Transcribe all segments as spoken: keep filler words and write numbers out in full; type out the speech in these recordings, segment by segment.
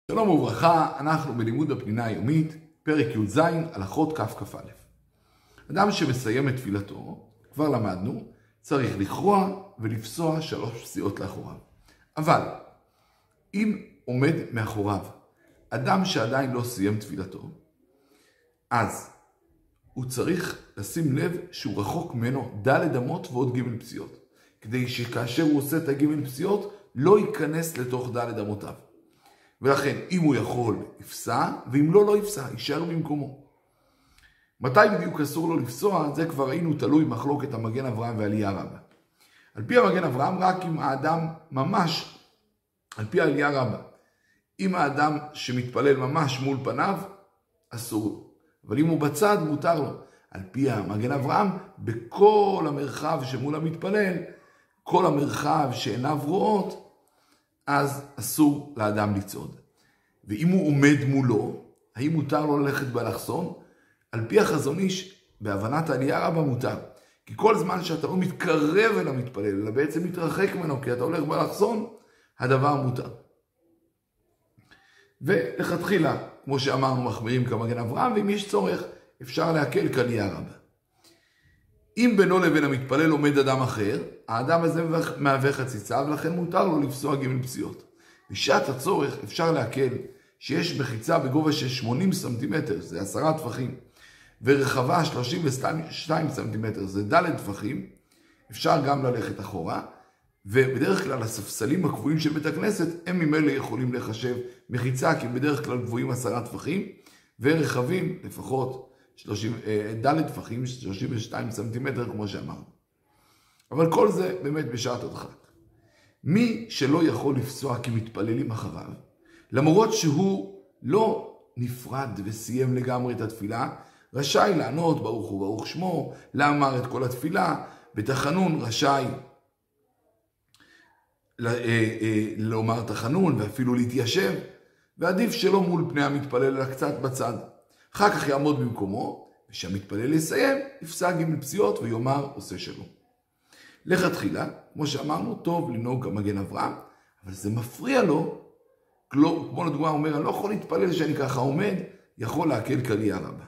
שלום וברכה, אנחנו בלימוד הפנינה היומית, פרק י"ז, הלכות כ"כ א'. אדם שמסיים את תפילתו, כבר למדנו, צריך לכרוע ולפסוע שלוש פסיעות לאחוריו. אבל אם עומד מאחוריו אדם שעדיין לא סיים תפילתו, אז הוא צריך לשים לב שהוא רחוק ממנו ד' אמות ועוד ג' פסיעות, כדי שכאשר הוא עושה את הג' פסיעות לא ייכנס לתוך ד' אמותיו. ולכן, אם הוא יכול, יפסע, ואם לא, לא יפסע, יישאר במקומו. מתי בדיוק אסור לו לפסוע? זה כבר היינו תלוי מחלוקת המגן אברהם ועלייה רבה. על פי המגן אברהם, רק אם האדם ממש, על פי העלייה רבה, אם האדם שמתפלל ממש מול פניו, אסור לו. אבל אם הוא בצד, מותר לו. על פי המגן אברהם, בכל המרחב שמול המתפלל, כל המרחב שעיניו רואות, אז אסור לאדם לצעוד. ואם הוא עומד מולו, האם מותר לו ללכת באלכסון? על פי החזון איש, בהבנת העלייה רבה מותר. כי כל זמן שאתה לא מתקרב אל המתפלל, אלא בעצם מתרחק ממנו, כי אתה הולך באלכסון, הדבר מותר. ולכתחילה, כמו שאמרנו, מחמירים כמגן אברהם, ואם יש צורך, אפשר להקל כעלייה רבה. אם בינו לבין המתפלל עומד אדם אחר, האדם הזה מהווה חציצה, ולכן מותר לו לפסוע ג' פסיעות. בשעת הצורך אפשר להקל שיש מחיצה בגובה של שמונים סנטימטר, זה עשרה טפחים, ורחבה שלושים ושתיים סנטימטר, זה ד' טפחים, אפשר גם ללכת אחורה, ובדרך כלל הספסלים הקבועים של בית הכנסת, הם ממילא יכולים לחשב מחיצה, כי בדרך כלל גבוהים עשרה טפחים, ורחבים לפחות ד' טפחים, שלושים ושתיים סנטימטר, כמו שאמרנו. אבל כל זה באמת בשעת הדחק. מי שלא יכול לפסוע כי מתפללים אחריו, למרות שהוא לא נפרד וסיים לגמרי את התפילה, רשאי לענות ברוך הוא ברוך שמו, לאמר את כל התפילה, בתחנון רשאי לומר תחנון ואפילו להתיישב, ועדיף שלא מול פני המתפלל אלא קצת בצד. אחר כך יעמוד במקומו, ושהמתפלל יסיים, יפסע ג' פסיעות ויאמר עושה שלום. לכתחילה, כמו שאמרנו, טוב לנהוג כמגן אברהם, אבל זה מפריע לו, כמו לדוגמה אומר, אני לא יכול להתפלל שאני ככה עומד, יכול להקל כעלייה רבה.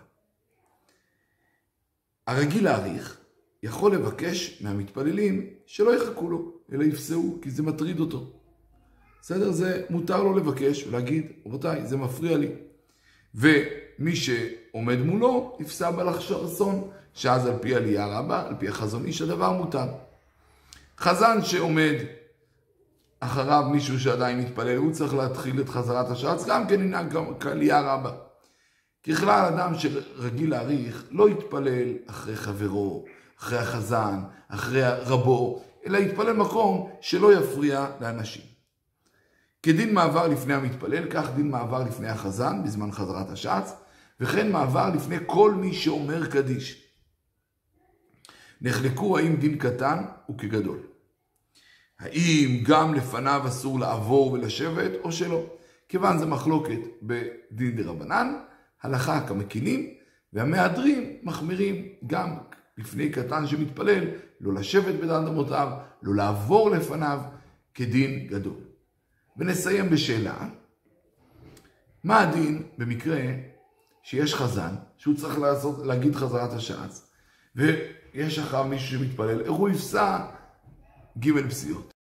הרגיל להאריך יכול לבקש מהמתפללים שלא יחכו לו, אלא יפסעו, כי זה מטריד אותו. בסדר? זה מותר לו לבקש ולהגיד, רבותיי, זה מפריע לי. ומי שעומד מולו יפסע באלכסון, שאז על פי עלייה רבה, על פי החזון איש, הדבר מותר. חזן שעומד אחריו מישהו שעדיין מתפלל, הוא צריך להתחיל את חזרת השעץ, גם כן ינהג כעלייה רבה. ככלל אדם שרגיל להאריך לא יתפלל אחרי חברו, אחרי החזן, אחרי רבו, אלא יתפלל מקום שלא יפריע לאנשים. כדין מעבר לפני המתפלל, כך דין מעבר לפני החזן בזמן חזרת השעץ, וכן מעבר לפני כל מי שאומר קדיש. נחלקו האם דין קטן וכגדול. האם גם לפניו אסור לעבור ולשבת או שלא? כיוון זה מחלוקת בדין דרבנן, הלכה כמקילים, והמהדרים מחמירים גם לפני קטן שמתפלל, לא לשבת בד' אמותיו, לא לעבור לפניו כדין גדול. ונסיים בשאלה, מה הדין במקרה שיש חזן, שהוא צריך לעשות, להגיד חזרת השעץ, ויש אחריו מישהו שמתפלל, איך הוא יפסע ג' פסיעות?